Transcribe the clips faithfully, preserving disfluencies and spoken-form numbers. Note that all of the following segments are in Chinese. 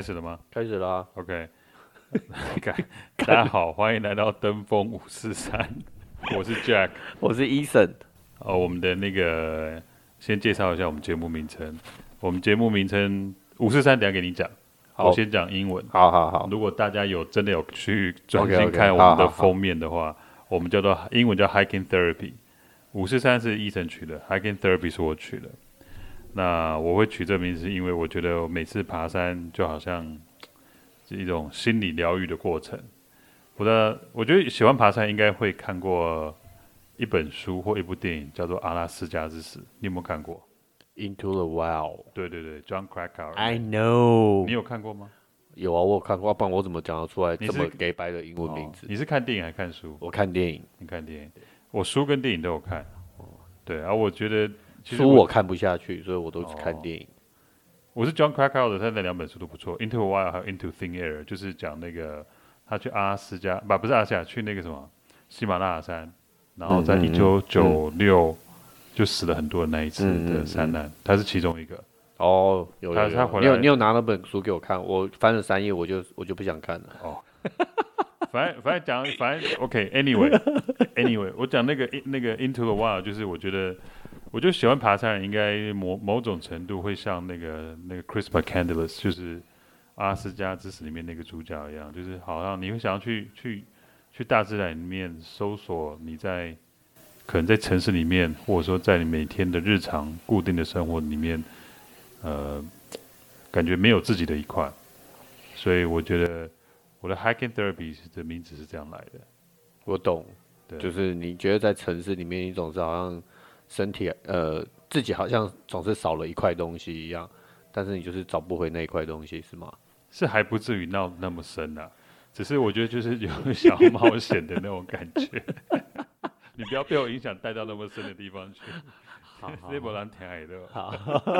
始了吗？ 开始啦。 OK， 大家好，欢迎来到登峰五四三，我是 Jack， 我是 Eason。 哦，我们的那个先介绍一下我们节目名称。我们节目名称五四三，等一下给你讲。我先讲英文。 好好好。 如果大家有真的有去专 OK 心 OK， 看我们好好好的封面的话，我们叫做英文叫 Hiking Therapy。五四三是医生取的 ，Hiking Therapy 是我取的。那我会取这名字，是因为我觉得我每次爬山就好像是一种心理疗愈的过程。我的我觉得喜欢爬山应该会看过一本书或一部电影，叫做《阿拉斯加之死》，你有没有看过 ？Into the Wild。 对对对 ，John Krakauer。 I know。 你有看过吗？ 有啊，我有看过，不然我怎么讲得出来你是这么给白的英文名字？ 哦，你是看电影还是看书？ 我看电影。 你看电影，我书跟电影都有看。对，然后我觉得其实书我看不下去，所以我都只看电影。 哦，我是 John Krakauer 的，他那两本书都不错，《Into the Wild》还有《Into Thin Air》，就是讲那个他去阿拉斯加，不不是阿拉斯加，去那个什么喜马拉雅山，然后在一九九六就死了很多的那一次的山难，他是其中一个。 哦，有有有， 他回来你有你有拿那本书给我看，我翻了三页，我就我就不想看了。 哦，反正反正讲反正 OK，Anyway，Anyway，、okay, anyway, 我讲那个那个 Into the Wild， 就是我觉得，我就喜欢爬山人应该某某种程度会像那个那个 Chris McCandless， 就是阿拉斯加之死里面那个主角一样，就是好像你会想要去去去大自然里面搜索你在可能在城市里面，或者说在你每天的日常固定的生活里面，呃，感觉没有自己的一块，所以我觉得。我的 hiking therapy 的名字是这样来的。 我懂，就是你觉得在城市里面，你总是好像身体呃自己好像总是少了一块东西一样，但是你就是找不回那一块东西，是吗？ 是还不至于闹那么深啊，只是我觉得就是有小冒险的那种感觉。你不要被我影响带到那么深的地方去。 好， 这不然挺矮的。 好。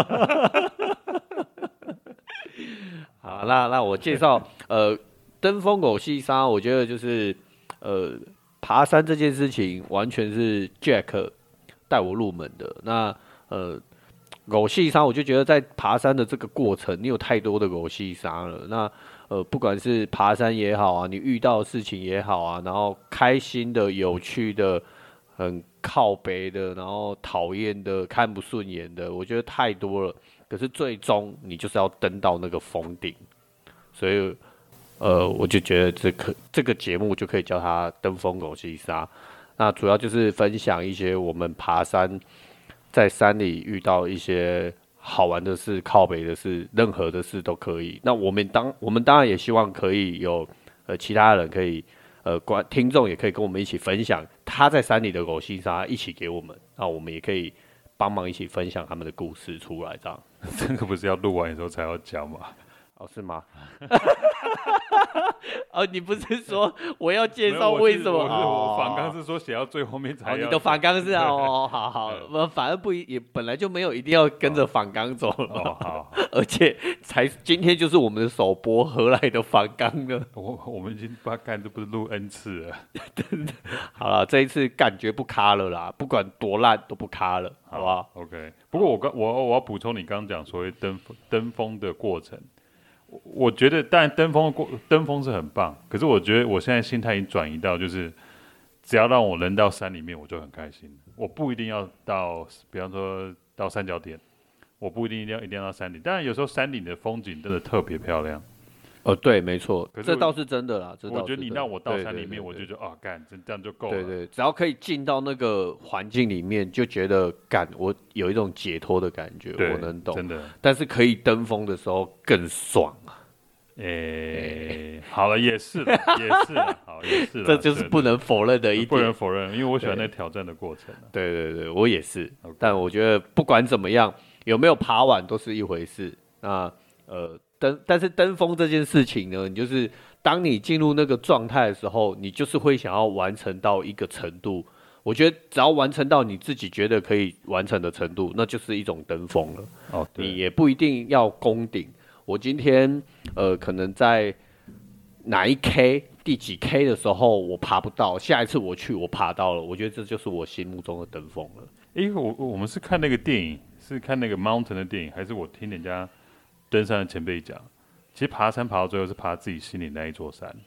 好，那那我介绍呃。登峰狗细沙，我觉得就是，呃，爬山这件事情完全是 Jack 带我入门的。那呃，狗细沙，我就觉得在爬山的这个过程，你有太多的狗细沙了。那呃，不管是爬山也好啊，你遇到的事情也好啊，然后开心的、有趣的、很靠北的，然后讨厌的、看不顺眼的，我觉得太多了。可是最终你就是要登到那个峰顶，所以。呃，我就觉得这个这个节目就可以叫它登峰狗细沙。那主要就是分享一些我们爬山在山里遇到一些好玩的事、靠北的事，任何的事都可以。那我们当我们当然也希望可以有呃其他人可以呃观听众也可以跟我们一起分享他在山里的狗细沙，一起给我们，那我们也可以帮忙一起分享他们的故事出来，这样。 这个不是要录完的时候才要讲吗？ 哦，是吗？哦，你不是说我要介绍为什么？ 我是我反纲是说写到最后面才要。 哦，你的反纲是啊，哦，好好，我反而不也本来就没有一定要跟着反纲走了。 哦，好。 而且才今天就是我们的首播，何来的反纲呢？ 我我们已经不干，这不是录 N 次了。 好了，这一次感觉不卡了啦，不管多烂都不卡了，好不好 ？OK。不过我刚我我要补充你刚刚讲所谓登登峰的过程。我觉得，当然登峰过登峰是很棒，可是我觉得我现在心态已经转移到，就是只要让我人到山里面，我就很开心。我不一定要到，比方说到三角点，我不一定一定要一定要到山顶。当然，有时候山顶的风景真的特别漂亮。 哦，对，没错，这倒是真的啦。这我觉得你让我到山里面， 对对对对我就觉得啊，干，这样就够了。 对对，只要可以进到那个环境里面，就觉得干，我有一种解脱的感觉，我能懂。 真的。 但是可以登峰的时候更爽啊！ 诶，好了，也是了，也是了，好，也是了。 这就是不能否认的一点， 不能否认，因为我喜欢那个挑战的过程。 对对对，我也是。Okay. 但我觉得不管怎么样，有没有爬完都是一回事。那呃。登，但是登峰这件事情呢，你就是当你进入那个状态的时候，你就是会想要完成到一个程度。我觉得只要完成到你自己觉得可以完成的程度，那就是一种登峰了。 哦，对， 你也不一定要攻顶。我今天呃，可能在哪一 K 第几 K 的时候我爬不到，下一次我去我爬到了，我觉得这就是我心目中的登峰了。 诶，我我们是看那个电影，是看那个 Mountain 的电影，还是我听人家登山的前辈讲？ 其实爬山爬到最后是爬自己心里那一座山，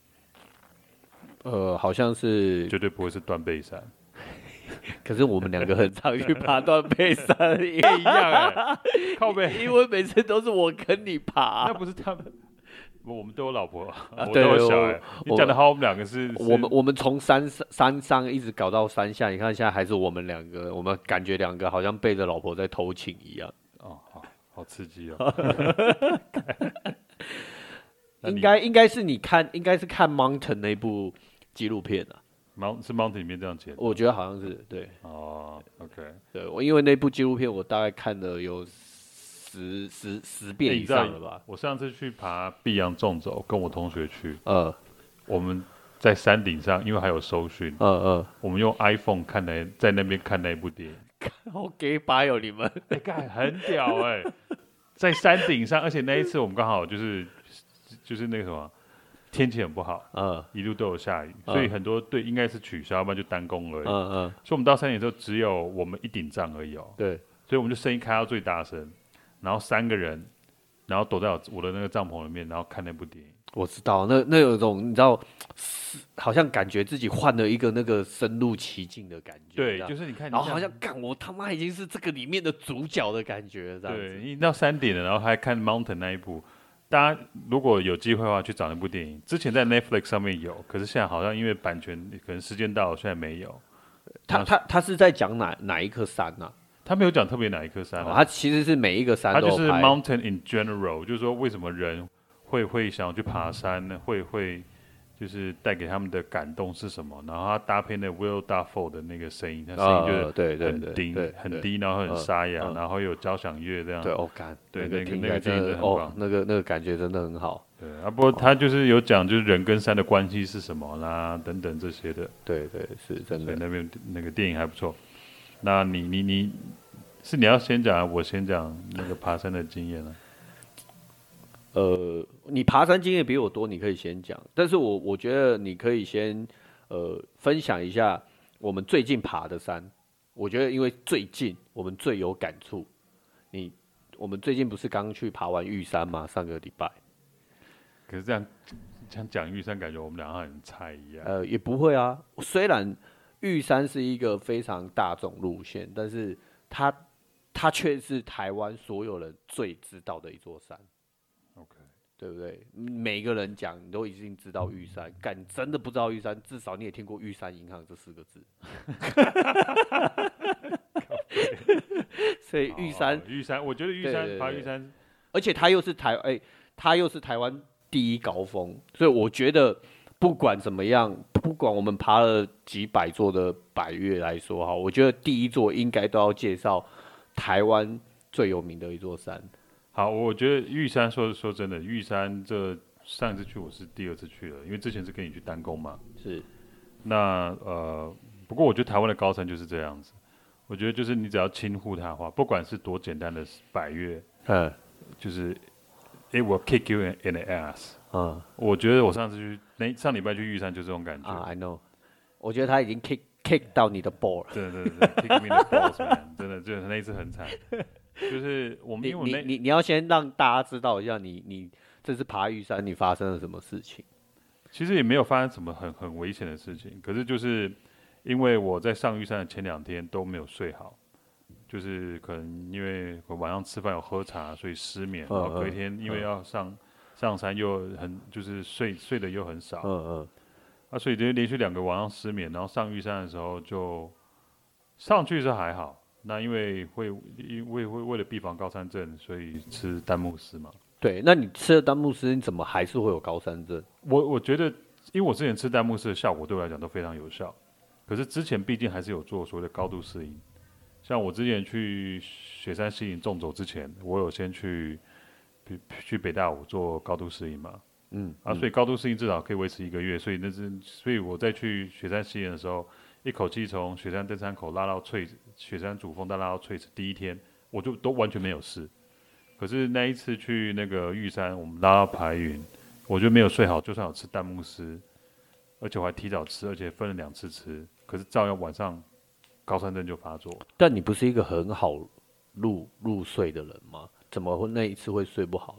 呃，好像是， 绝对不会是断背山。 可是我们两个很常去爬断背山， 一样哎、欸，靠背， 因为每次都是我跟你爬， 那不是他们。我们都有老婆， 啊、 我都有小孩。你讲的好，我们两个是， 我们我们从山山上一直搞到山下，你看现在还是我们两个，我们感觉两个好像背着老婆在偷情一样。 哦，好好刺激哦。 应该应该是你看，应该是看《Mountain》那部纪录片啊。 Mount 是 Mountain 里面这样写的， 我觉得好像是对。 哦 ，OK， 对，我因为那部纪录片我大概看了有十十十遍以上了吧。 欸、我上次去爬碧阳纵走，跟我同学去， 呃， 我们在山顶上，因为还有收讯， 嗯嗯， 我们用 iPhone 看那在那边看那部电影， 好 gay 白哦你们， 哎、欸，干很屌哎、欸，在山顶上，而且那一次我们刚好就是就是那个什么。天气很不好，嗯，一路都有下雨，嗯、所以很多队应该是取消，要不然就单攻而已。嗯嗯。所以我们到山顶之后，只有我们一顶帐而已哦。 对。 所以我们就声音开到最大声，然后三个人，然后躲在我的那个帐篷里面，然后看那部电影。 我知道，那那有一种你知道，好像感觉自己换了一个那个深入其境的感觉。 对，就是你看， 然后好像干我他妈已经是这个里面的主角的感觉，这样子。 对，你到山顶了，然后还看 Mountain 那一部。大家如果有机会的话，去找那部电影。之前在 Netflix 上面有，可是现在好像因为版权，可能时间到了，现在没有。 他他他是在讲哪哪一颗山呢、啊？ 他没有讲特别哪一颗山、啊哦，他其实是每一个山都他就是 Mountain in general， 就是说为什么人会会想要去爬山呢？会会就是带给他们的感动是什么？然后他搭配那 Will Dafoe 的那个声音，他声音就是很低、呃、很低，然后很沙哑，呃、然后有交响乐这样。 对，我感对那个那个真的很棒， 哦，那个那个感觉真的很好。 对啊，不过他就是有讲，就是人跟山的关系是什么啦，等等这些的。 对对，是真的。 那边那个电影还不错。那你你你是你要先讲，我先讲那个爬山的经验呢？ 呃，你爬山经验比我多，你可以先讲。但是我我觉得你可以先呃分享一下我们最近爬的山。我觉得因为最近我们最有感触。你我们最近不是刚去爬完玉山吗？上个礼拜。 可是这样像讲玉山，感觉我们两个很菜一样。 呃，也不会啊。虽然玉山是一个非常大众路线，但是它它却是台湾所有人最知道的一座山。 OK， 对不对？每个人讲你都已经知道玉山，干真的不知道玉山，至少你也听过玉山银行这四个字。所以玉山， 哦、玉山，我觉得玉山对对对爬玉山， 而且它又是台哎、欸，它又是台湾第一高峰，所以我觉得不管怎么样，不管我们爬了几百座的百岳来说哈，我觉得第一座应该都要介绍台湾最有名的一座山。 好，我觉得玉山说说真的，玉山这上一次去我是第二次去了，因为之前是跟你去单攻嘛。 是。 那呃，不过我觉得台湾的高山就是这样子，我觉得就是你只要轻忽它的话，不管是多简单的百岳，嗯，就是 it will kick you in, in the ass。嗯，我觉得我上次去那上礼拜去玉山就这种感觉。 啊 ，I know。我觉得他已经 kick kick 到你的 ball 了。 对对对 ，kick me the balls man， 真的，就那一次很惨。就是我们，因为我你你你要先让大家知道一下你，你你这次爬玉山你发生了什么事情？ 其实也没有发生什么很很危险的事情，可是就是因为我在上玉山的前两天都没有睡好，就是可能因为我晚上吃饭有喝茶，所以失眠，然后隔一天因为要上、嗯、上山又很就是睡睡得又很少，嗯嗯，啊，所以就连续两个晚上失眠，然后上玉山的时候就上去的时候还好。那因为会因为会为了避防高山症，所以吃丹木斯嘛。 对，那你吃了丹木斯，你怎么还是会有高山症？ 我我觉得，因为我之前吃丹木斯的效果对我来讲都非常有效，可是之前毕竟还是有做所谓的高度适应。像我之前去雪山西岭纵走之前，我有先去去北大武做高度适应嘛。嗯啊，所以高度适应至少可以维持一个月，所以那是所以我在去雪山西岭的时候。一口气从雪山登山口拉到翠雪山主峰，再拉到翠池，第一天我就都完全没有事。可是那一次去那个玉山，我们拉到排云，我就没有睡好，就算有吃丹木斯，而且我还提早吃，而且分了两次吃，可是照样晚上高山症就发作。 但你不是一个很好入入睡的人吗？怎么会那一次会睡不好？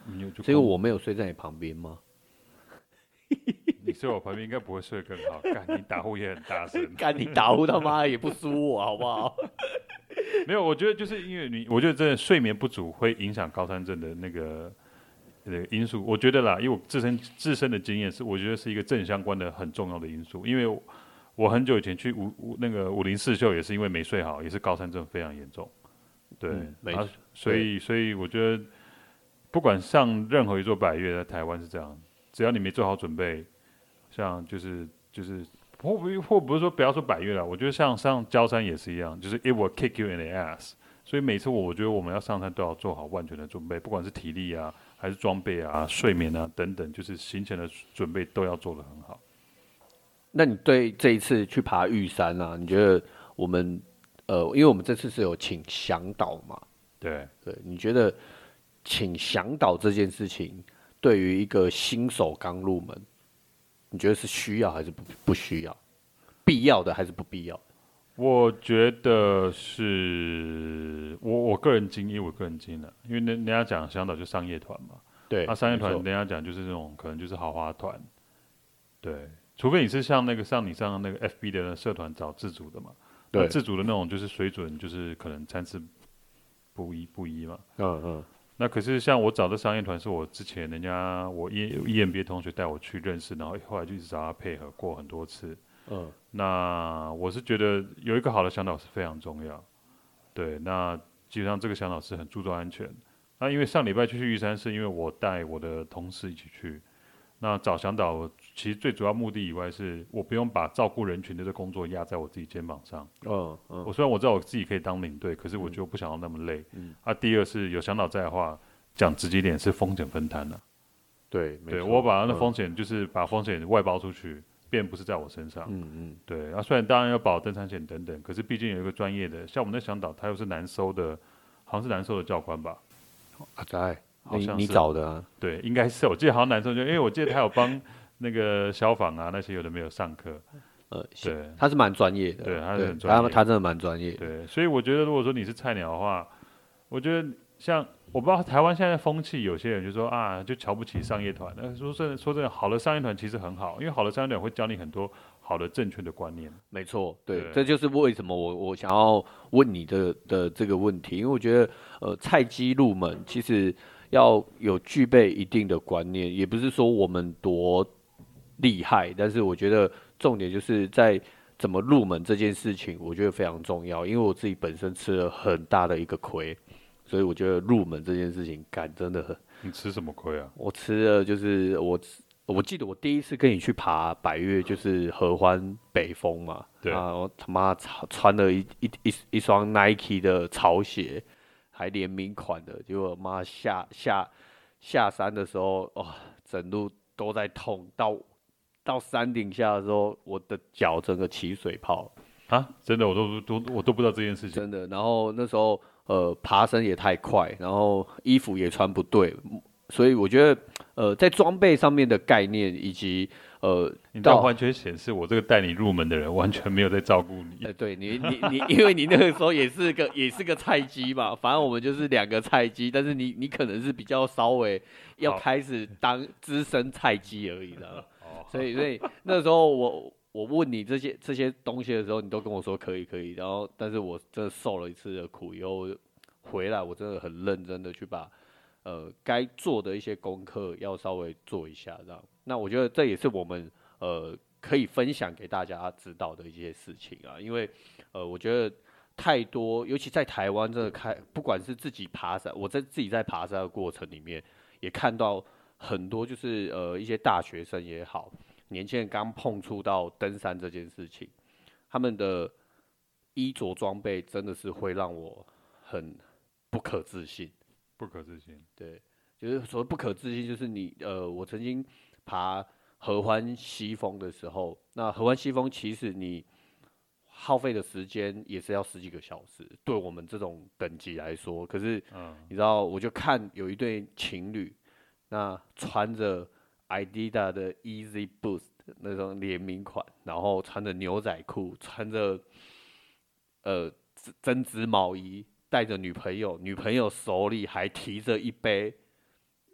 是因为我没有睡在你旁边吗？ 你睡我旁边应该不会睡得更好。干，你打呼也很大声。 干，你打呼他妈也不输我，好不好？ 没有，我觉得就是因为你，我觉得真的睡眠不足会影响高山症的那个那个因素。我觉得啦，因为我自身自身的经验是，我觉得是一个正相关的很重要的因素。因为我很久以前去五五那个武林四秀，也是因为没睡好，也是高山症非常严重。对，嗯、没错。所以所以我觉得，不管上任何一座百岳，在台湾是这样，只要你没做好准备，像就是就是。或不或不是说不要说百岳了，我觉得像上焦山也是一样，就是 it will kick you in the ass。所以每次我我觉得我们要上山都要做好万全的准备，不管是体力啊，还是装备啊、睡眠啊等等，就是行前的准备都要做得很好。 那你对这一次去爬玉山啊，你觉得我们呃，因为我们这次是有请向导嘛？ 对对，你觉得请向导这件事情对于一个新手刚入门？你觉得是需要还是不不需要？必要的还是不必要的？ 我觉得是我我个人经验，我个人经验的，因为人人家讲向导就商业团嘛， 对， 那、啊、商业团人家讲就是那种可能就是豪华团，对，除非你是像那个像你上那个 F B 的那社团找自主的嘛，对，自主的那种就是水准就是可能参差不一不一嘛，嗯嗯。那可是像我找的商业团，是我之前人家我 E M B A 同学带我去认识，然后后来就一直找他配合过很多次。嗯，那我是觉得有一个好的向导是非常重要。对，那基本上这个向导是很注重安全。那因为上礼拜去玉山，是因为我带我的同事一起去。那找向导其实最主要目的以外，是我不用把照顾人群的这工作压在我自己肩膀上。嗯嗯。我虽然我知道我自己可以当领队，可是我就不想要那么累。嗯。啊，第二是有向导在的话，讲直接点是风险分摊了、啊。 对， 对我把那风险、嗯、就是把风险外包出去，便不是在我身上。嗯嗯。对啊，虽然当然要保登山险等等，可是毕竟有一个专业的，像我们那向导，他又是南收的，好像是南收的教官吧？ 啊，在。好像是你找的啊？ 对，应该是。我记得好像男生就，因为我记得他有帮那个消防啊那些有的没有上课。 呃，对，他是蛮专业的。 对，他是很专业。 他他真的蛮专业的。 对，所以我觉得如果说你是菜鸟的话，我觉得像我不知道台湾现在风气，有些人就说啊，就瞧不起商业团。那说真的，说真的，好的商业团其实很好，因为好的商业团会教你很多好的正确的观念。 没错，对，对，这就是为什么我我想要问你的的这个问题，因为我觉得呃，菜鸡入门其实。要有具备一定的观念，也不是说我们多厉害，但是我觉得重点就是在怎么入门这件事情，我觉得非常重要。因为我自己本身吃了很大的一个亏，所以我觉得入门这件事情，干真的很。 你吃什么亏啊？ 我吃了，就是我我记得我第一次跟你去爬百岳，就是合欢北峰嘛，对啊，我他妈穿了一一一一双 Nike 的潮鞋。还联名款的，结果妈下下下山的时候，哇、哦，整路都在痛。到到山顶下的时候，我的脚整个起水泡啊！真的，我都都我都不知道这件事情。 真的，然后那时候呃爬升也太快，然后衣服也穿不对，所以我觉得呃在装备上面的概念以及呃， 你这样完全显示我这个带你入门的人完全没有在照顾你。 呃、对你你你，因为你那个时候也是个也是个菜鸡嘛，反正我们就是两个菜鸡，但是你你可能是比较稍微要开始当资深菜鸡而已的，所以所以那时候我我问你这些这些东西的时候，你都跟我说可以可以，然后但是我真的受了一次的苦以后回来，我真的很认真的去把呃该做的一些功课要稍微做一下，这样。那我觉得这也是我们呃可以分享给大家知道的一些事情啊，因为呃我觉得太多，尤其在台湾，真的开不管是自己爬山，我在自己在爬山的过程里面也看到很多，就是呃一些大学生也好，年轻人刚碰触到登山这件事情，他们的衣着装备真的是会让我很不可置信， 不可置信， 对，就是所谓不可置信，就是你呃我曾经。爬合欢西峰的时候，那合欢西峰其实你耗费的时间也是要十几个小时，对我们这种等级来说。可是，你知道，我就看有一对情侣，那穿着 Adidas 的 Easy Boost 那种联名款，然后穿着牛仔裤，穿着呃针织毛衣，带着女朋友，女朋友手里还提着一杯。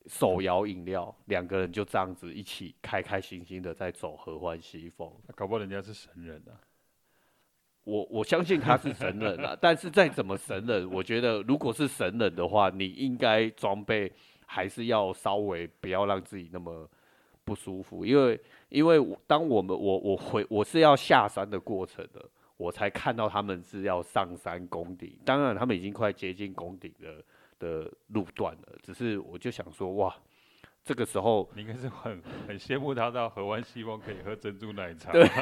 手摇饮料，两个人就这样子一起开开心心的在走合欢西风。 搞不好人家是神人啊。 我我相信他是神人啊，但是再怎么神人，我觉得如果是神人的话，你应该装备还是要稍微不要让自己那么不舒服，因为因为当我们我我回我是要下山的过程的，我才看到他们是要上山攻顶，当然他们已经快接近攻顶的的路段了，只是我就想说哇。这个时候， 你应该是很很羡慕他到合欢西风可以喝珍珠奶茶。 对，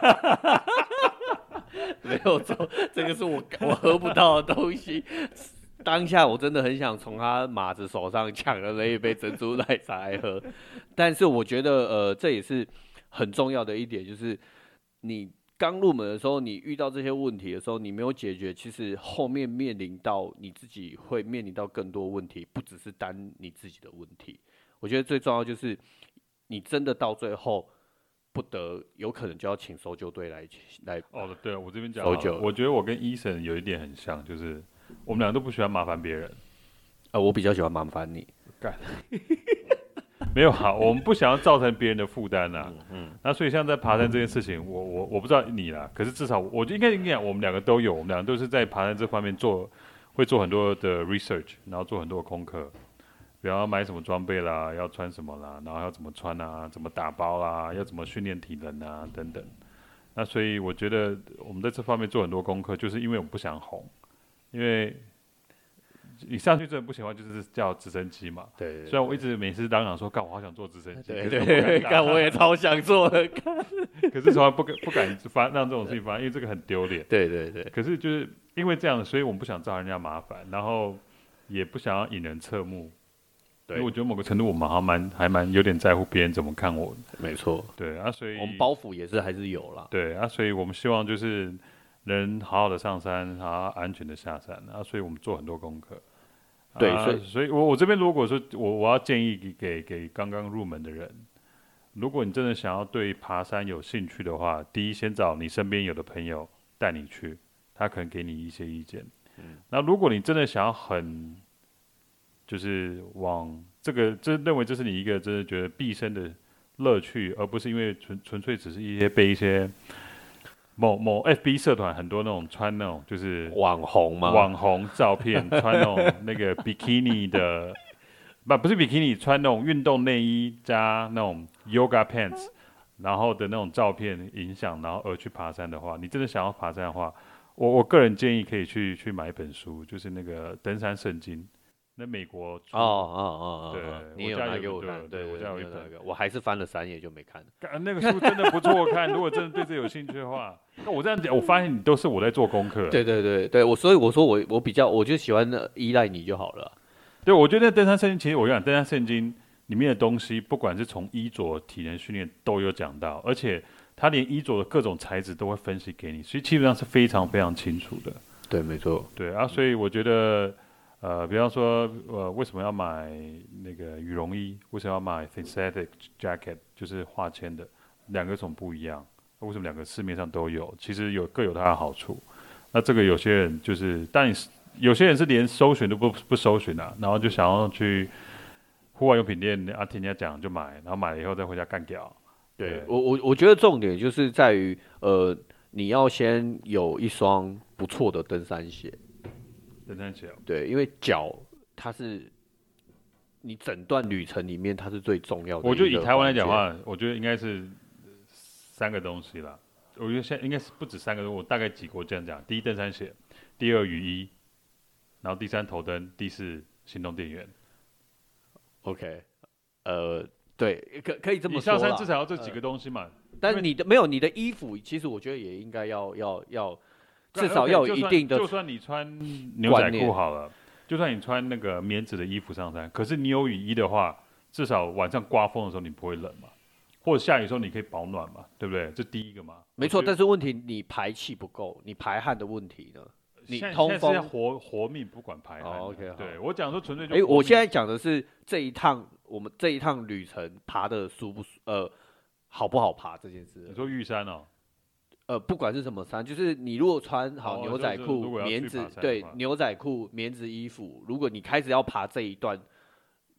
没有错，这个是我我喝不到的东西。当下我真的很想从他马子手上抢了那一杯珍珠奶茶来喝，但是我觉得呃这也是很重要的一点，就是你刚入门的时候，你遇到这些问题的时候，你没有解决，其实后面面临到你自己会面临到更多问题，不只是单你自己的问题。我觉得最重要就是，你真的到最后不得，有可能就要请搜救队来来。 哦，对，我这边讲， 我觉得我跟医生有一点很像，就是我们俩都不喜欢麻烦别人。 呃，我比较喜欢麻烦你。 干，没有好，我们不想要造成别人的负担啊。嗯, 嗯那所以像在爬山这件事情，我我我不知道你啦，可是至少我就应该应该讲，我们两个都有，我们两个都是在爬山这方面做，会做很多的 research， 然后做很多的功课。比方要买什么装备啦，要穿什么啦，然后要怎么穿啊，怎么打包啦，要怎么训练体能啊，等等。那所以我觉得我们在这方面做很多功课，就是因为我们不想红，因为你上去真的不行的话，就是叫直升机嘛。 对, 对, 对。 虽然我一直每次嚷嚷说，干我好想坐直升机， 对对对，干我也超想坐的， 可是从来不敢不敢发让这种事情发生，因为这个很丢脸。 对对对。 可是就是因为这样，所以我们不想造人家麻烦，然后也不想要引人侧目。因为我觉得某个程度我们还蛮还蛮有点在乎别人怎么看我。 没错。 对啊，所以我们包袱也是还是有啦。 对啊，所以我们希望就是能好好的上山，好好安全的下山啊，所以我们做很多功课。 对， 啊、 所以所以我我这边如果说我我要建议给给给刚刚入门的人，如果你真的想要对爬山有兴趣的话，第一先找你身边有的朋友带你去，他可能给你一些意见。嗯，那如果你真的想要很就是往这个，这认为这是你一个真的觉得毕生的乐趣，而不是因为纯纯粹只是一些被一些某某 F B 社团很多那种穿那种就是网红嘛， 网红照片穿那种那个 bikini 的，不不是 bikini， 穿那种运动内衣加那种 yoga pants， 然后的那种照片影响，然后而去爬山的话，你真的想要爬山的话，我我个人建议可以去去买一本书，就是那个登山圣经。那美国哦哦哦哦， 对， 你也有拿给我看， 对， 对我家有一本， 我还是翻了三页就没看。 那个书真的不错看，如果真的对这有兴趣的话，那我这样讲，我发现你都是我在做功课。 对对对对，我所以我说我我比较，我就喜欢依赖你就好了。 对，我觉得登山圣经其实我讲登山圣经里面的东西，不管是从衣着、体能训练都有讲到，而且它连衣着的各种材质都会分析给你，所以基本上是非常非常清楚的。 对，没错。 对啊，所以我觉得。呃，比方说，呃，为什么要买那个羽绒衣？为什么要买 synthetic jacket？ 就是化纤的，两个种不一样。为什么两个市面上都有？其实有各有它的好处。那这个有些人就是，但有些人是连搜寻都不不搜寻啊，然后就想要去户外用品店啊，听人家讲就买，然后买了以后再回家干掉。 对, 对我我我觉得重点就是在于，呃，你要先有一双不错的登山鞋。 登山鞋， 对，因为脚它是你整段旅程里面它是最重要的。 我觉得以台湾来讲的话，我觉得应该是三个东西啦。我觉得现在应该是不止三个，我大概几个我这样讲：第一登山鞋，第二雨衣，然后第三头灯，第四行动电源。 OK， 呃，对，可可以这么说。 你上山至少要这几个东西嘛。呃、 但是你的没有你的衣服，其实我觉得也应该要要要。至少要有一定的就, 就算你穿牛仔裤好了，就算你穿那个棉质的衣服上山，可是你有雨衣的话，至少晚上刮风的时候你不会冷嘛，或者下雨的时候你可以保暖嘛，对不对？这第一个嘛。 没错，但是问题你排气不够，你排汗的问题呢？你通风现在是活活命，不管排汗。 哦、OK， 对我讲说纯粹就。 哎，我现在讲的是这一趟我们这一趟旅程爬的舒不舒呃好不好爬这件事。 你说玉山哦。 呃，不管是什么山，就是你如果穿好牛仔裤、 哦、 棉质对牛仔裤、棉质衣服，如果你开始要爬这一段，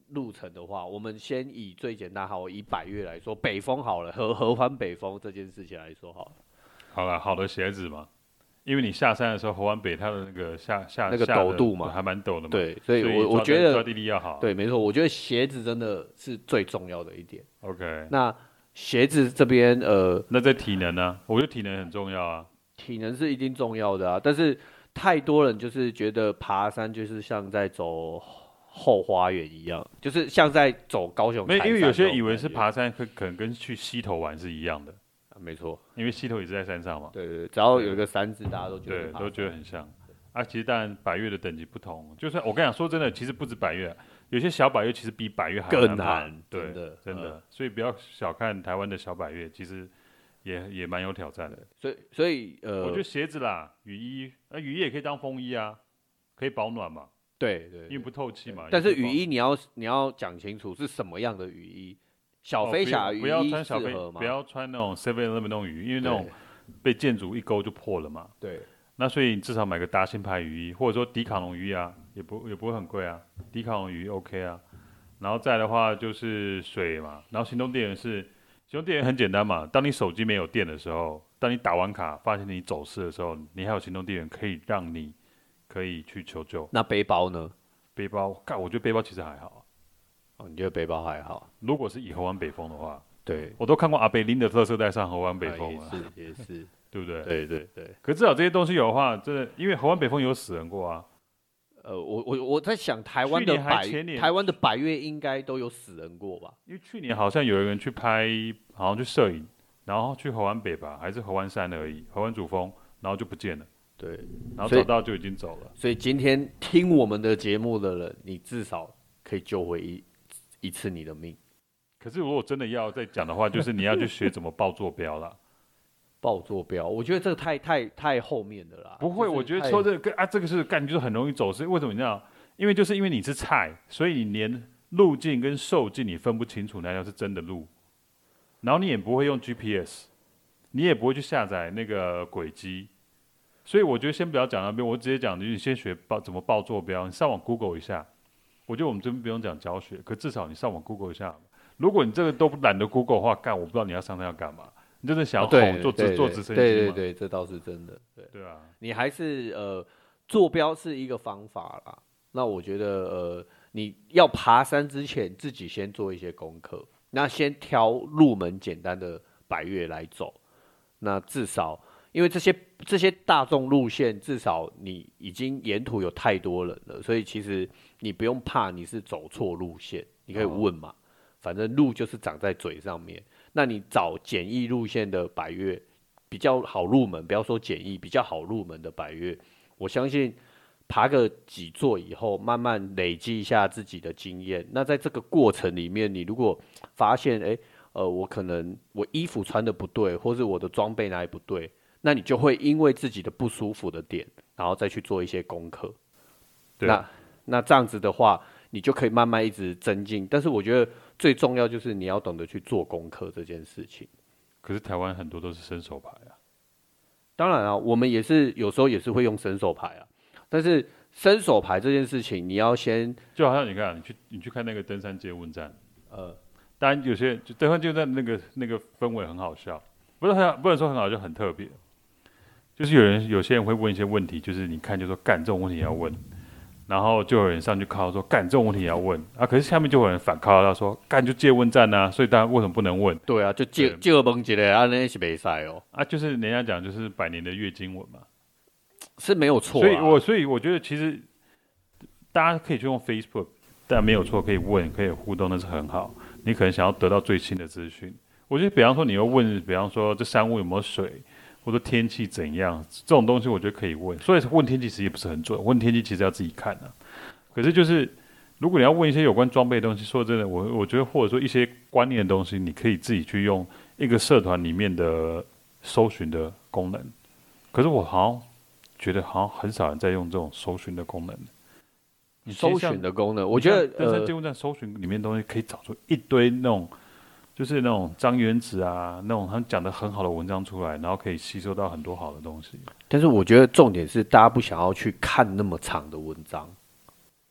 路程的话，我们先以最简单好，以百岳来说，北风好了，合合欢北风这件事情来说好了。 好了，好的鞋子嘛，因为你下山的时候，合欢北它的那个下下那个陡度嘛， 还蛮陡的嘛。 对，所以所以我我觉得抓地力要好。 对，没错，我觉得鞋子真的是最重要的一点。 OK， 那鞋子这边呃， 那在体能呢？我觉得体能很重要啊。 体能是一定重要的啊，但是太多人就是觉得爬山就是像在走后花园一样，就是像在走高雄。 没，因为有些人以为是爬山，可可能跟去溪头玩是一样的。 没错， 因为溪头也是在山上嘛。 对对，只要有一个山字，大家都觉得对，都觉得很像。啊，其实当然百岳的等级不同，就算我跟你讲，说真的，其实不止百岳，有些小百岳其实比百岳还更难。对， 真的， 真的。所以不要小看台湾的小百岳，其实也也蛮有挑战的。 所以，所以呃， 我觉得鞋子啦，雨衣，啊，雨衣也可以当风衣啊，可以保暖嘛。 对对， 因为不透气嘛。 但是雨衣你要你要讲清楚是什么样的雨衣。小飞侠雨衣、哦、 不要穿小飞，不要穿那种 seven eleven 那种雨衣，因为那种被建筑一勾就破了嘛。 对。 那所以你至少买个达新牌雨衣，或者说迪卡侬雨衣啊，也不也不会很贵啊。迪卡侬雨衣 OK 啊。然后再的话就是水嘛，然后行动电源是，行动电源很简单嘛。当你手机没有电的时候，当你打完卡发现你走失的时候，你还有行动电源可以让你可以去求救。 那背包呢？ 背包，干，我觉得背包其实还好。 哦，你觉得背包还好？ 如果是以合欢北风的话， 对， 我都看过阿北拎的特色带上合欢北风啊，也是也是， 对不对？ 对对对。 可至少这些东西有的话，真的，因为合欢北风有死人过啊。 呃，我我我在想，台湾的百台湾的百岳应该都有死人过吧？ 因为去年好像有一个人去拍，好像去摄影，然后去合欢北吧，还是合欢山而已，合欢主峰，然后就不见了。 对， 然后找到就已经走了。 所以今天听我们的节目的人，你至少可以救回一。一次你的命， 可是如果真的要再讲的话，就是你要去学怎么报坐标啦。 报坐标，我觉得这个太太太后面的啦。 不会，我觉得说这个啊，这个是干就是很容易走失。为什么你知道？因为就是因为你是菜，所以你连路径跟兽径你分不清楚哪条是真的路，然后你也不会用 G P S， 你也不会去下载那个轨迹。所以我觉得先不要讲那边，我直接讲就是你先学报怎么报坐标，你上网 Google 一下。我觉得我们这边不用讲教学，可至少你上网 Google 一下。如果你这个都懒得 Google 的话，干我不知道你要上山要干嘛。你真的想要哄坐直坐直升机吗？ 对对对，这倒是真的。对对啊， 你还是呃坐标是一个方法啦。那我觉得呃你要爬山之前，自己先做一些功课，那先挑入门简单的百岳来走。那至少因为这些这些大众路线，至少你已经沿途有太多人了，所以其实你不用怕你是走错路线，你可以问嘛，哦、反正路就是长在嘴上面。那你找简易路线的百岳比较好入门，不要说简易，比较好入门的百岳，我相信爬个几座以后，慢慢累积一下自己的经验。那在这个过程里面，你如果发现，哎，呃，我可能我衣服穿的不对，或是我的装备哪里不对。那你就会因为自己的不舒服的点，然后再去做一些功课。那那这样子的话，你就可以慢慢一直增进。但是我觉得最重要就是你要懂得去做功课这件事情。 可是台湾很多都是伸手牌啊。 当然啊，我们也是有时候也是会用伸手牌啊。但是伸手牌这件事情，你要先就好像你看，你去你去看那个登山接问站， 呃， 当然有些就登山接问站那个那个氛围很好笑，不是很不能说很好，就很特别。就是有人有些人会问一些问题，就是你看就说干这种问题也要问，然后就有人上去靠说干这种问题也要问啊，可是下面就有人反靠到说干就借问站啊，所以大家为什么不能问？ 对啊，就借借问一个啊，那是没赛哦啊，就是人家讲就是百年的月经文嘛， 是没有错、啊。 所以我所以我觉得其实大家可以去用 Facebook， 但没有错，可以问可以互动，那是很好。你可能想要得到最新的资讯，我觉得比方说你要问，比方说这山屋有没有水。或者天气怎样，这种东西我觉得可以问，所以问天气其实也不是很准，问天气其实要自己看啊。可是就是如果你要问一些有关装备的东西，说真的，我我觉得或者说一些观念的东西，你可以自己去用一个社团里面的搜寻的功能。可是我好像觉得好像很少人在用这种搜寻的功能。 搜寻的功能，我觉得登山接问站搜寻里面的东西可以找出一堆那种。就是那种张元子啊，那种他们讲的很好的文章出来，然后可以吸收到很多好的东西。 但是我觉得重点是大家不想要去看那么长的文章。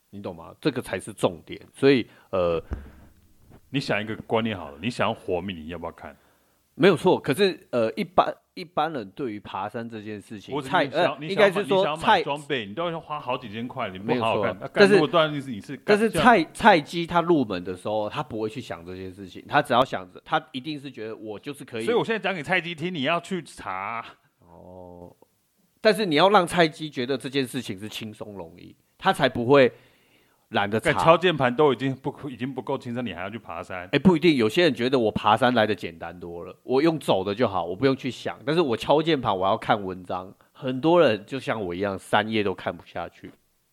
你懂吗？这个才是重点。所以呃， 你想一个观念好了，你想要活命，你要不要看？ 没有错。可是呃，一般一般人对于爬山这件事情，菜呃，应该是说菜装备，你都要花好几千块，你不好好看。 但是如果当然是你是， 但是菜菜鸡他入门的时候，他不会去想这件事情，他只要想着，他一定是觉得我就是可以。 所以我现在讲给菜鸡听，你要去查哦。但是你要让菜鸡觉得这件事情是轻松容易，他才不会懒得查。 敲键盘都已经不已经不够轻松，你还要去爬山？ 哎、欸，不一定。有些人觉得我爬山来的简单多了，我用走的就好，我不用去想。但是我敲键盘，我要看文章。很多人就像我一样，三页都看不下去。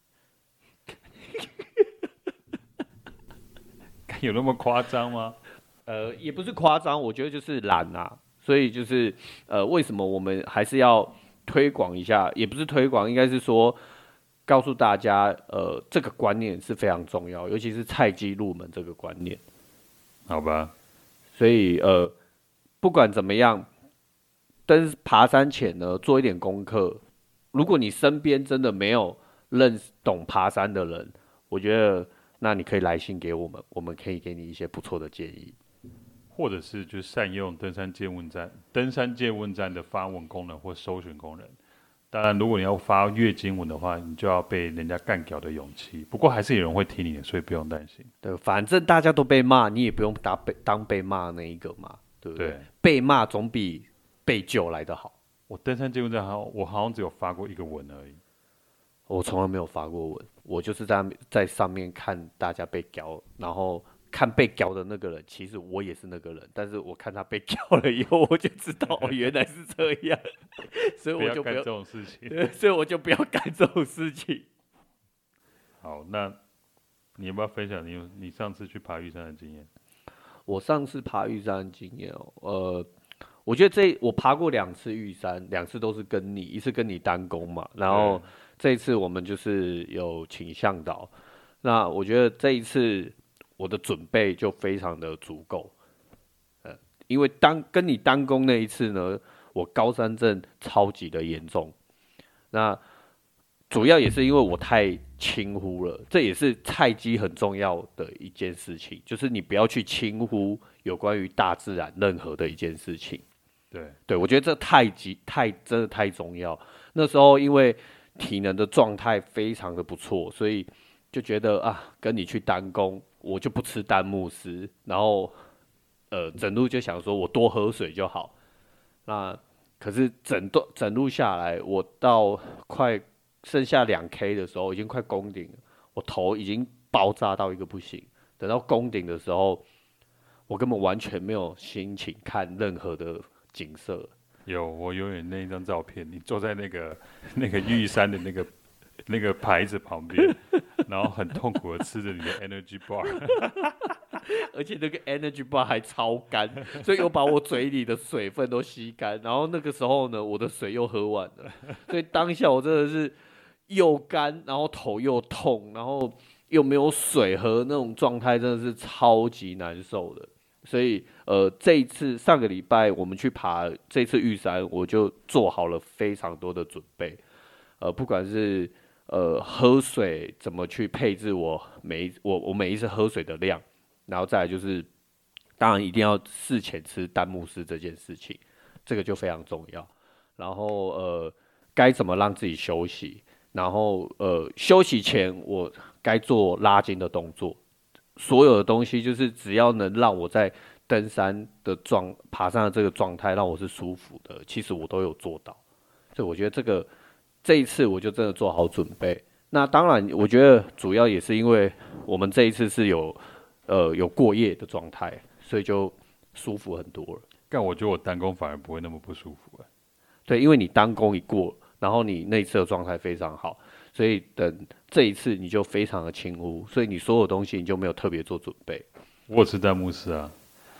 有那么夸张吗？ 呃，也不是夸张，我觉得就是懒啊。所以就是呃，为什么我们还是要推广一下？也不是推广，应该是说告诉大家，呃，这个观念是非常重要，尤其是菜鸡入门这个观念。 好吧。 所以呃，不管怎么样，登爬山前呢，做一点功课。如果你身边真的没有认懂爬山的人，我觉得那你可以来信给我们，我们可以给你一些不错的建议。 或者是就善用登山见问站、登山见问站的发文功能或搜寻功能。当然，如果你要发月经文的话，你就要被人家干掉的勇气。不过还是有人会听你的，所以不用担心。 对，反正大家都被骂，你也不用当被当被骂那一个嘛，对不对？ 对， 被骂总比被救来得好。 我登山见问站好，我好像只有发过一个文而已。 我从来没有发过文，我就是在在上面看大家被屌，然后。看被屌的那个人，其实我也是那个人，但是我看他被屌了以后，我就知道哦，原来是这样，所以我就不要干这种事情。 对，所以我就不要干这种事情。 好，那你要不要分享你你上次去爬玉山的经验？ 我上次爬玉山的经验哦，呃，我觉得这我爬过两次玉山，两次都是跟你，一次跟你单攻嘛，然后这一次我们就是有请向导。那我觉得这一次。我的准备就非常的足够，呃，因为当跟你单攻那一次呢，我高山症超级的严重，那主要也是因为我太轻忽了，这也是菜鸡很重要的一件事情，就是你不要去轻忽有关于大自然任何的一件事情。 对， 对我觉得这太极太真的太重要。那时候因为体能的状态非常的不错，所以就觉得啊，跟你去单攻。我就不吃丹木斯，然后，呃，整路就想说我多喝水就好。那可是整段整路下来，我到快剩下两 K 的时候，已经快攻顶了，我头已经爆炸到一个不行。等到攻顶的时候，我根本完全没有心情看任何的景色。 有，我永远那一张照片，你坐在那个那个玉山的那个那个牌子旁边。然后很痛苦的吃着你的 energy bar， 而且那个 energy bar 还超干，所以我把我嘴里的水分都吸干。然后那个时候呢，我的水又喝完了，所以当下我真的是又干，然后头又痛，然后又没有水喝，那种状态真的是超级难受的。所以呃，这一次上个礼拜我们去爬这次玉山，我就做好了非常多的准备，呃，不管是呃，喝水怎么去配置我每一我我每一次喝水的量，然后再来就是，当然一定要事前吃丹木斯这件事情，这个就非常重要。然后呃，该怎么让自己休息，然后呃，休息前我该做拉筋的动作，所有的东西就是只要能让我在登山的状爬山的这个状态让我是舒服的，其实我都有做到。所以我觉得这个。这一次我就真的做好准备。那当然，我觉得主要也是因为我们这一次是有呃有过夜的状态，所以就舒服很多了。 但我觉得我单攻反而不会那么不舒服。 对，因为你单攻一过，然后你内侧状态非常好，所以等这一次你就非常的轻忽，所以你所有东西你就没有特别做准备。 我有吃丹木斯啊，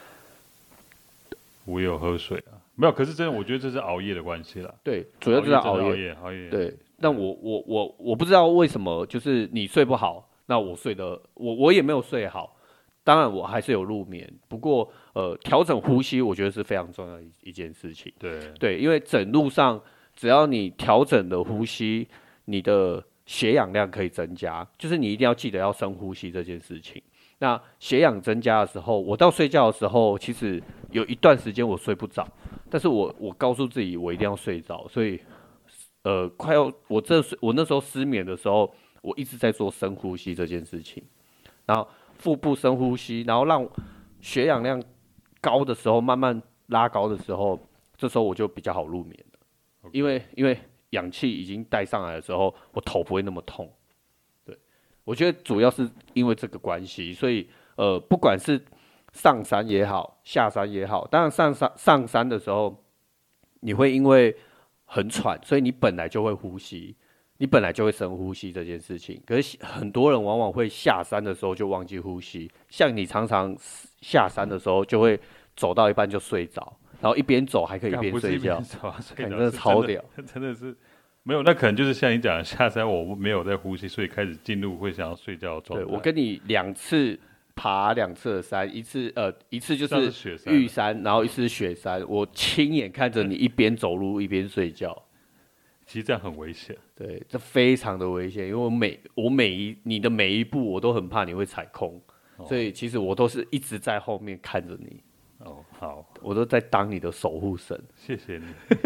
我有喝水啊。没有，可是真的，我觉得这是熬夜的关系啦。 对，主要就是熬夜， 熬夜，熬夜。 对，但我我我我不知道为什么，就是你睡不好，那我睡的我我也没有睡好。当然我还是有入眠，不过呃，调整呼吸，我觉得是非常重要的一件事情。 对对，因为整路上只要你调整的呼吸，你的血氧量可以增加，就是你一定要记得要深呼吸这件事情。那血氧增加的时候，我到睡觉的时候，其实有一段时间我睡不着，但是我我告诉自己我一定要睡着，所以呃快要我这我那时候失眠的时候，我一直在做深呼吸这件事情，然后腹部深呼吸，然后让血氧量高的时候慢慢拉高的时候，这时候我就比较好入眠了， okay. 因为因为氧气已经带上来的时候，我头不会那么痛。我觉得主要是因为这个关系，所以呃，不管是上山也好，下山也好，当然上山上山的时候，你会因为很喘，所以你本来就会呼吸，你本来就会深呼吸这件事情。可是很多人往往会下山的时候就忘记呼吸，像你常常下山的时候就会走到一半就睡着，然后一边走还可以一边睡觉，真的超屌， 真的是。没有，那可能就是像你讲的，下山我没有在呼吸，所以开始进入会想要睡觉的状态。 对，我跟你两次爬两次的山，一次呃一次就是玉山，然后一次是雪山，我亲眼看着你一边走路一边睡觉。 其实这样很危险。 对，这非常的危险，因为我每我每一你的每一步我都很怕你会踩空，哦、所以其实我都是一直在后面看着你。 哦，好， 我都在当你的守护神。 谢谢你。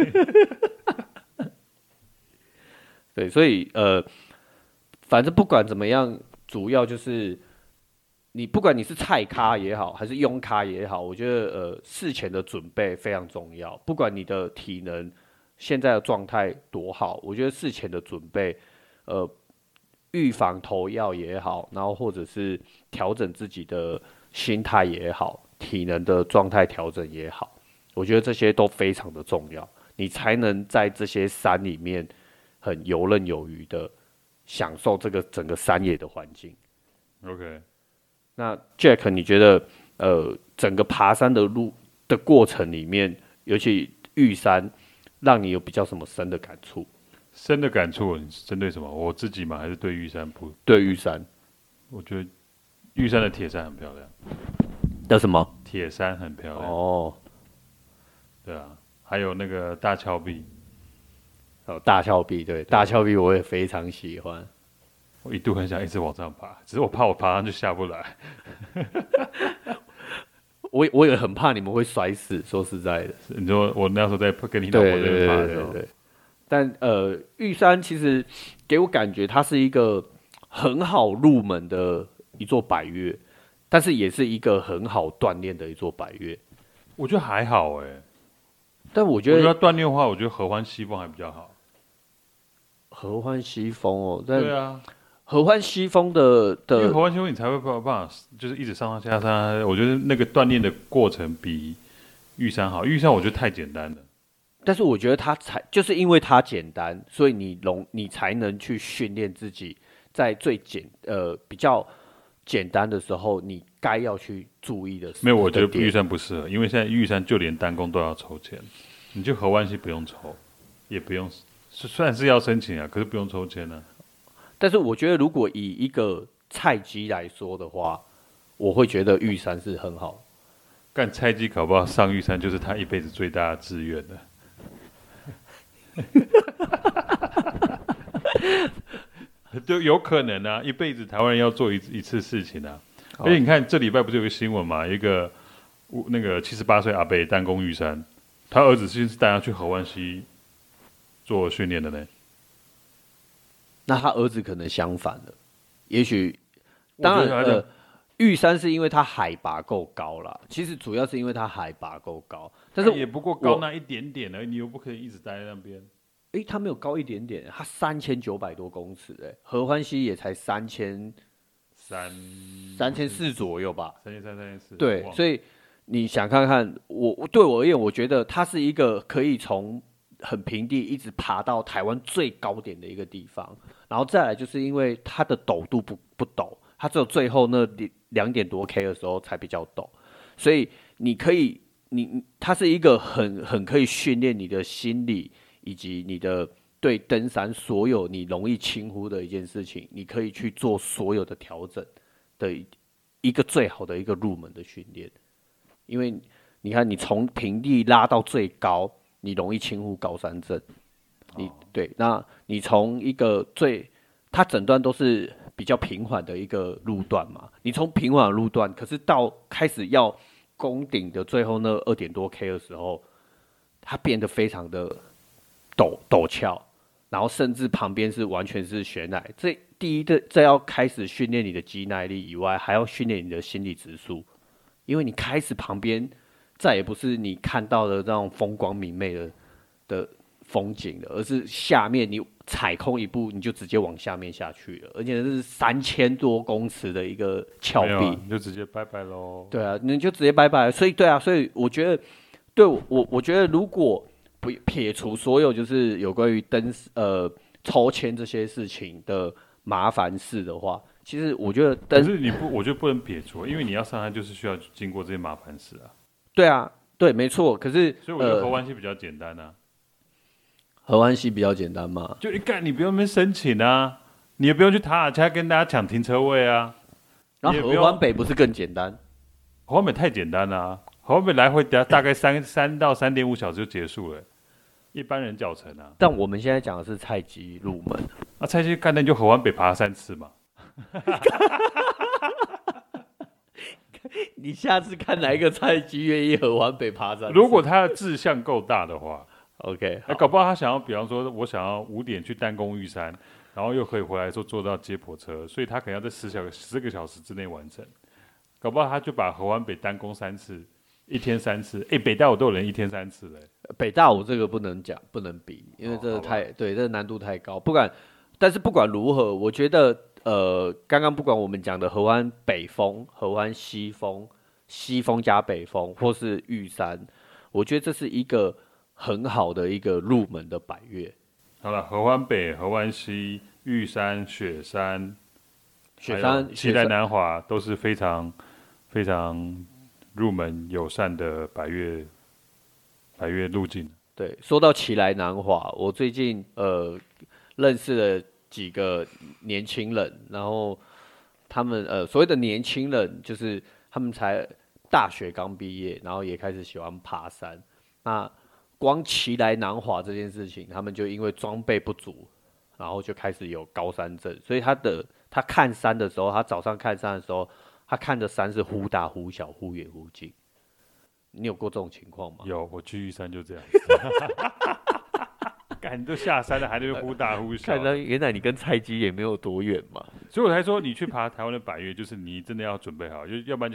对，所以呃，反正不管怎么样，主要就是你不管你是菜咖也好，还是庸咖也好，我觉得呃事前的准备非常重要。不管你的体能现在的状态多好，我觉得事前的准备，呃，预防投药也好，然后或者是调整自己的心态也好，体能的状态调整也好，我觉得这些都非常的重要，你才能在这些山里面很游刃有余的享受这个整个山野的环境。 OK， 那 Jack， 你觉得呃整个爬山的路的过程里面，尤其玉山，让你有比较什么深的感触？ 深的感触，你是针对什么？我自己吗？还是对玉山不？ 对玉山， 我觉得玉山的铁山很漂亮。 的什么？ 铁山很漂亮。 哦， 对啊，还有那个大峭壁。 哦，大峭壁，对，大峭壁我也非常喜欢。 我一度很想一直往上爬，只是我怕我爬上去下不来。 我我也很怕你们会摔死，说实在的。 你说我那时候在跟你老婆在爬的时候， 但呃，玉山其实给我感觉它是一个很好入门的一座百岳，但是也是一个很好锻炼的一座百岳。 我觉得还好哎、欸， 但我觉得要锻炼的话，我觉得合欢西峰还比较好。 合欢西峰哦，但对啊， 合欢西峰的的， 因为合欢西峰你才会办法，就是一直上上下下。我觉得那个锻炼的过程比玉山好，玉山我觉得太简单了。 但是我觉得它才就是因为它简单，所以你容你才能去训练自己，在最简呃比较简单的时候，你该要去注意的。 没有，我觉得玉山不适合，因为现在玉山就连单攻都要抽签，你去合欢西不用抽，也不用。虽然是要申请啊，可是不用抽签啊。 但是我觉得，如果以一个菜鸡来说的话，我会觉得玉山是很好。 干菜鸡搞不好上玉山就是他一辈子最大的志愿了。就有可能啊，一辈子台湾人要做一一次事情啊。而且你看这礼拜不是有个新闻嘛，一个那个七十八岁阿伯单攻玉山，他儿子是带他去合欢西做训练的呢。 那他儿子可能相反了，也许当然呃，玉山是因为它海拔够高啦，其实主要是因为它海拔够高，但是也不过高那一点点而已，你又不可以一直待在那边。 哎，它没有高一点点，它三千九百多公尺，哎，合欢西也才三千三三千四左右吧， 三千三三千四。 对，所以你想看看，我对我而言，我觉得它是一个可以从很平地一直爬到台湾最高点的一个地方，然后再来就是因为它的陡度不不陡，它只有最后那两点多 K 的时候才比较陡，所以你可以，你它是一个很很可以训练你的心理以及你的对登山所有你容易轻忽的一件事情，你可以去做所有的调整的一个最好的一个入门的训练，因为你看你从平地拉到最高。你容易轻忽高山症，你对，那你从一个最它整段都是比较平缓的一个路段嘛。你从平缓的路段，可是到开始要攻顶的最后那二点多 K 的时候，它变得非常的陡陡峭，然后甚至旁边是完全是悬崖。这第一的，这要开始训练你的肌耐力以外，还要训练你的心理指数，因为你开始旁边再也不是你看到的那种风光明媚的的风景了，而是下面你踩空一步你就直接往下面下去了，而且这是三千多公尺的一个峭壁， 啊、你就直接拜拜喽。 对啊，你就直接拜拜。所以对啊，所以我觉得，对我我觉得如果不撇除所有就是有关于登呃抽签这些事情的麻烦事的话，其实我觉得登， 可是你不，我觉得不能撇除，因为你要上山就是需要经过这些麻烦事啊。 对啊，对，没错。可是所以我觉得合湾溪比较简单啊。 合湾溪比较简单嘛？ 就一干，你不用那边申请啊，你也不用去塔尔恰跟大家抢停车位啊。 然后合湾北不是更简单？ 合湾北太简单了、啊，合湾北来回大概三三到三点五小时就结束了，一般人脚程啊。 但我们现在讲的是菜鸡入门， 那菜鸡干那就合湾北爬三次嘛。 你下次看哪一个菜鸡愿意合湾北爬山？ 如果他的志向够大的话 ，OK， 搞不好他想要，比方说，我想要五点去单攻玉山，然后又可以回来的时候坐到接驳车，所以他可能要在十小十个小时之内完成。搞不好他就把合湾北单攻三次，一天三次。哎，北大我都有人一天三次嘞。 北大我这个不能讲，不能比，因为这个太、哦、对，这个难度太高。不管，但是不管如何，我觉得呃，刚刚不管我们讲的合湾北峰、合湾西峰、西峰加北峰，或是玉山，我觉得这是一个很好的一个入门的百岳。 好了，合湾北、合湾西、玉山、雪山、 雪山、 奇来南华都是非常非常入门友善的百岳百岳路径。 对，说到奇来南华，我最近呃认识了几个年轻人，然后他们呃所谓的年轻人，就是他们才大学刚毕业，然后也开始喜欢爬山。那光奇来南华这件事情，他们就因为装备不足，然后就开始有高山症，所以他的他看山的时候，他早上看山的时候，他看的山是忽大忽小、忽远忽近。你有过这种情况吗？ 有，我去玉山就这样。干都下山了，还在忽大忽小。 看到原来你跟菜鸡也没有多远嘛， 所以我才说，你去爬台湾的百岳，就是你真的要准备好，要不然就是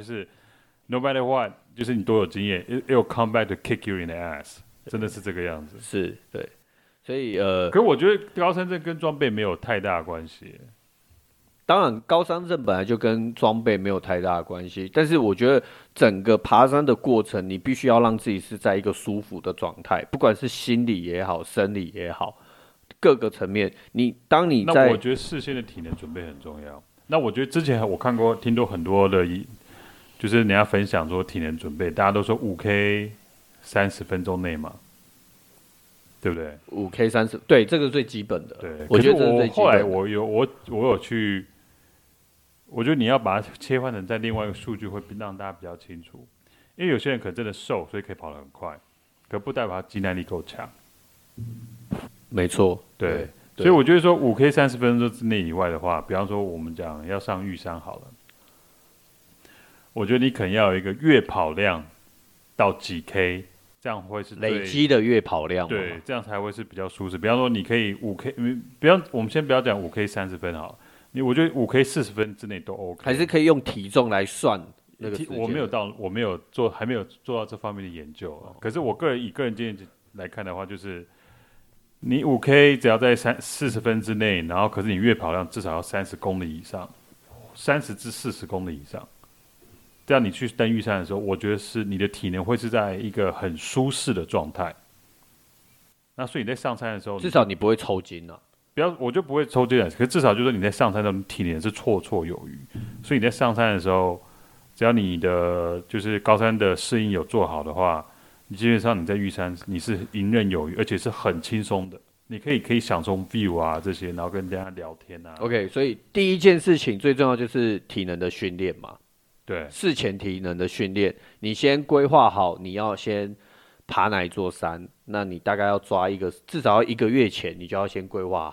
no matter what， 就是你多有经验 ，it will come back to kick you in the ass， 真的是这个样子。 是，对，所以呃， 可是我觉得高山症跟装备没有太大的关系。 当然，高山症本来就跟装备没有太大的关系，但是我觉得整个爬山的过程，你必须要让自己是在一个舒服的状态，不管是心理也好，生理也好，各个层面。你当你在， 那我觉得事先的体能准备很重要。那我觉得之前我看过、听过很多的，就是人家分享说体能准备，大家都说五 K 三十分钟内嘛，对不对？ 五 K 三十，对，这个是最基本的。 对， 我觉得这是最基本的。 后来我有我我有去。我觉得你要把它切换成在另外一个数据，会让大家比较清楚。因为有些人可能真的瘦，所以可以跑得很快，可不代表他肌耐力够强。 没错， 对， 对对， 所以我觉得说五 K 三十分钟之内以外的话，比方说我们讲要上玉山好了，我觉得你可能要有一个月跑量到几 K， 这样会是累积的月跑量， 对，这样才会是比较舒适。比方说你可以五 K， 不要我们先不要讲五 K 三十分好了。你我觉得五 K 四十分之内都 OK， 还是可以用体重来算那个时间。 我没有到，我没有做，还没有做到这方面的研究啊。可是我个人以个人经验来看的话，就是你五 K 只要在三四十分之内，然后可是你月跑量至少要三十公里以上，三十至四十公里以上，这样你去登玉山的时候，我觉得是你的体能会是在一个很舒适的状态。那所以你在上山的时候， 至少你不会抽筋啊。 不要，我就不会抽筋了。可是至少就是你在上山的时候，你体能是绰绰有余。所以你在上山的时候，只要你的就是高山的适应有做好的话，你基本上你在玉山你是游刃有余，而且是很轻松的。你可以可以享受 view 啊这些，然后跟人家聊天啊。 OK， 所以第一件事情最重要就是体能的训练嘛。 对， 事前体能的训练，你先规划好你要先爬哪一座山，那你大概要抓一个，至少要一个月前你就要先规划好。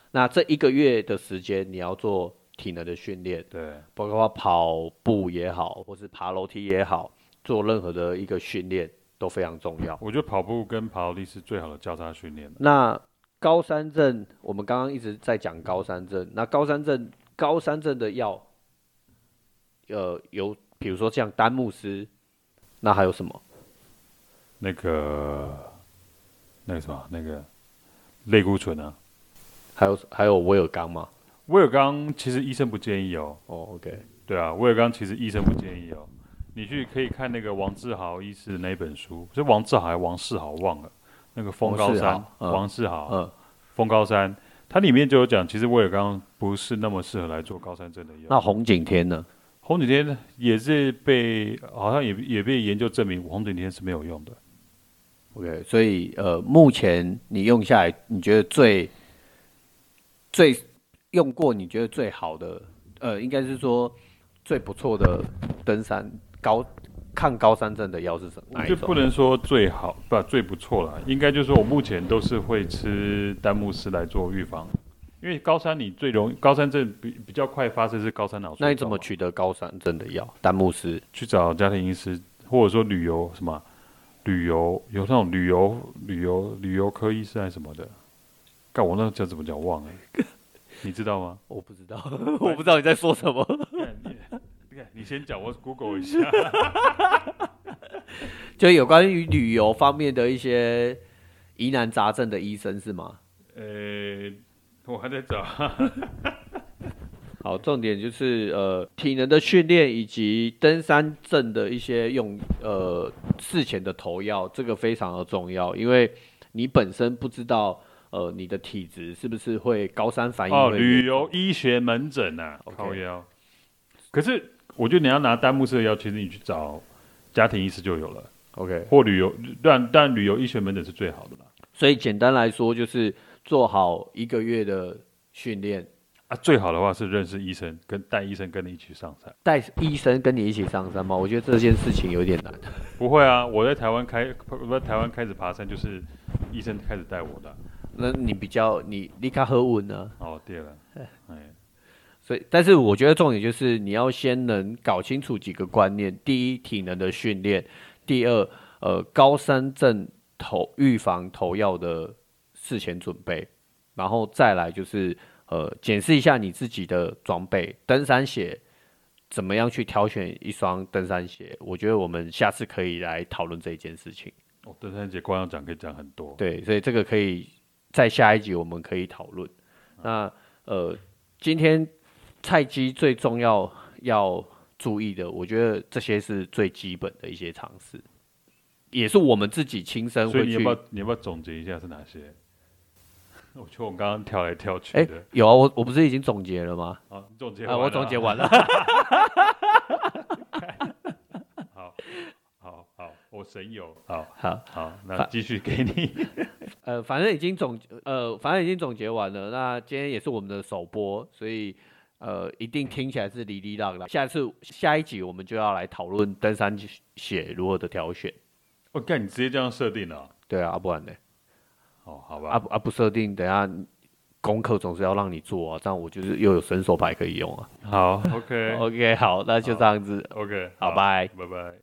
那这一个月的时间，你要做体能的训练， 对， 包括跑步也好，或是爬楼梯也好，做任何的一个训练都非常重要。 我觉得跑步跟爬楼梯是最好的交叉训练。 那高山症，我们刚刚一直在讲高山症，那高山症高山症的药，呃，有比如说像丹木斯，那还有什么？ 那个那个什么那个类固醇啊， 还有还有威尔刚吗？ 威尔刚其实医生不建议哦。 哦 ，OK， 对啊，威尔刚其实医生不建议哦。你去可以看那个王志豪医师的那一本书，是王志豪还是王世豪忘了？那个风高山，王世豪，嗯，风高山，它里面就有讲，其实威尔刚不是那么适合来做高山症的药。 那红景天呢？ 红景天也是被好像也也被研究证明，红景天是没有用的。 OK， 所以呃，目前你用下来，你觉得最最用过，你觉得最好的，呃，应该是说最不错的登山高抗高山症的药是什么？ 就不能说最好，不最不错啦，应该就是说我目前都是会吃丹木斯来做预防，因为高山你最容易高山症比比较快发生是高山脑水。 那你怎么取得高山症的药？丹木斯？去找家庭医师，或者说旅游什么？旅游有那种旅游旅游旅游科医师还是什么的，干我那个叫怎么讲忘了，你知道吗？ 我不知道，我不知道你在说什么。 你, 你先讲，我 Google 一下。 就有关于旅游方面的一些疑难杂症的医生是吗？ 呃、欸，我还在找。 好，重点就是呃体能的训练以及登山证的一些用呃事前的投药，这个非常的重要，因为你本身不知道呃你的体质是不是会高山反应。 哦，旅游医学门诊啊，靠腰。可是我觉得你要拿丹木斯的药，其实你去找家庭医师就有了。 OK， 或旅游，但但旅游医学门诊是最好的啦。 所以简单来说，就是做好一个月的训练。 啊，最好的话是认识医生，跟带医生跟你一起上山。 带医生跟你一起上山吗？我觉得这件事情有点难。 不会啊，我在台湾开，我在台湾开始爬山，就是医生开始带我的。 那你比较你你较好稳呢？ 哦，对了，哎， 所以，但是我觉得重点就是你要先能搞清楚几个观念：第一，体能的训练；第二，呃，高山症投预防投药的事前准备，然后再来就是。呃，检视一下你自己的装备，登山鞋怎么样去挑选一双登山鞋？我觉得我们下次可以来讨论这一件事情。 哦，登山鞋光要讲可以讲很多。 对，所以这个可以在下一集我们可以讨论。嗯、那呃，今天菜鸡最重要要注意的，我觉得这些是最基本的一些常识，也是我们自己亲身会去。 所以你要不要你要不要总结一下是哪些？我觉得我刚刚跳来跳去的。 欸、有啊，我我不是已经总结了吗？ 好，你总结完了、 啊，我总结完了。 好，好，好，我神游。好， 好， 好，那继续给你。 呃，反正已经总呃，反正已经总结完了。那今天也是我们的首播，所以呃，一定听起来是哩哩浪浪。下次下一集我们就要来讨论登山鞋如何的挑选。 我、哦、干，你直接这样设定了、啊？ 对啊，不然呢？ 哦，好吧。 啊啊不设定，等一下功课总是要让你做啊，这样我就是又有伸手牌可以用啊。 好 ，OK，OK，、 okay. okay, 好，那就这样子。 OK， 好，拜拜拜。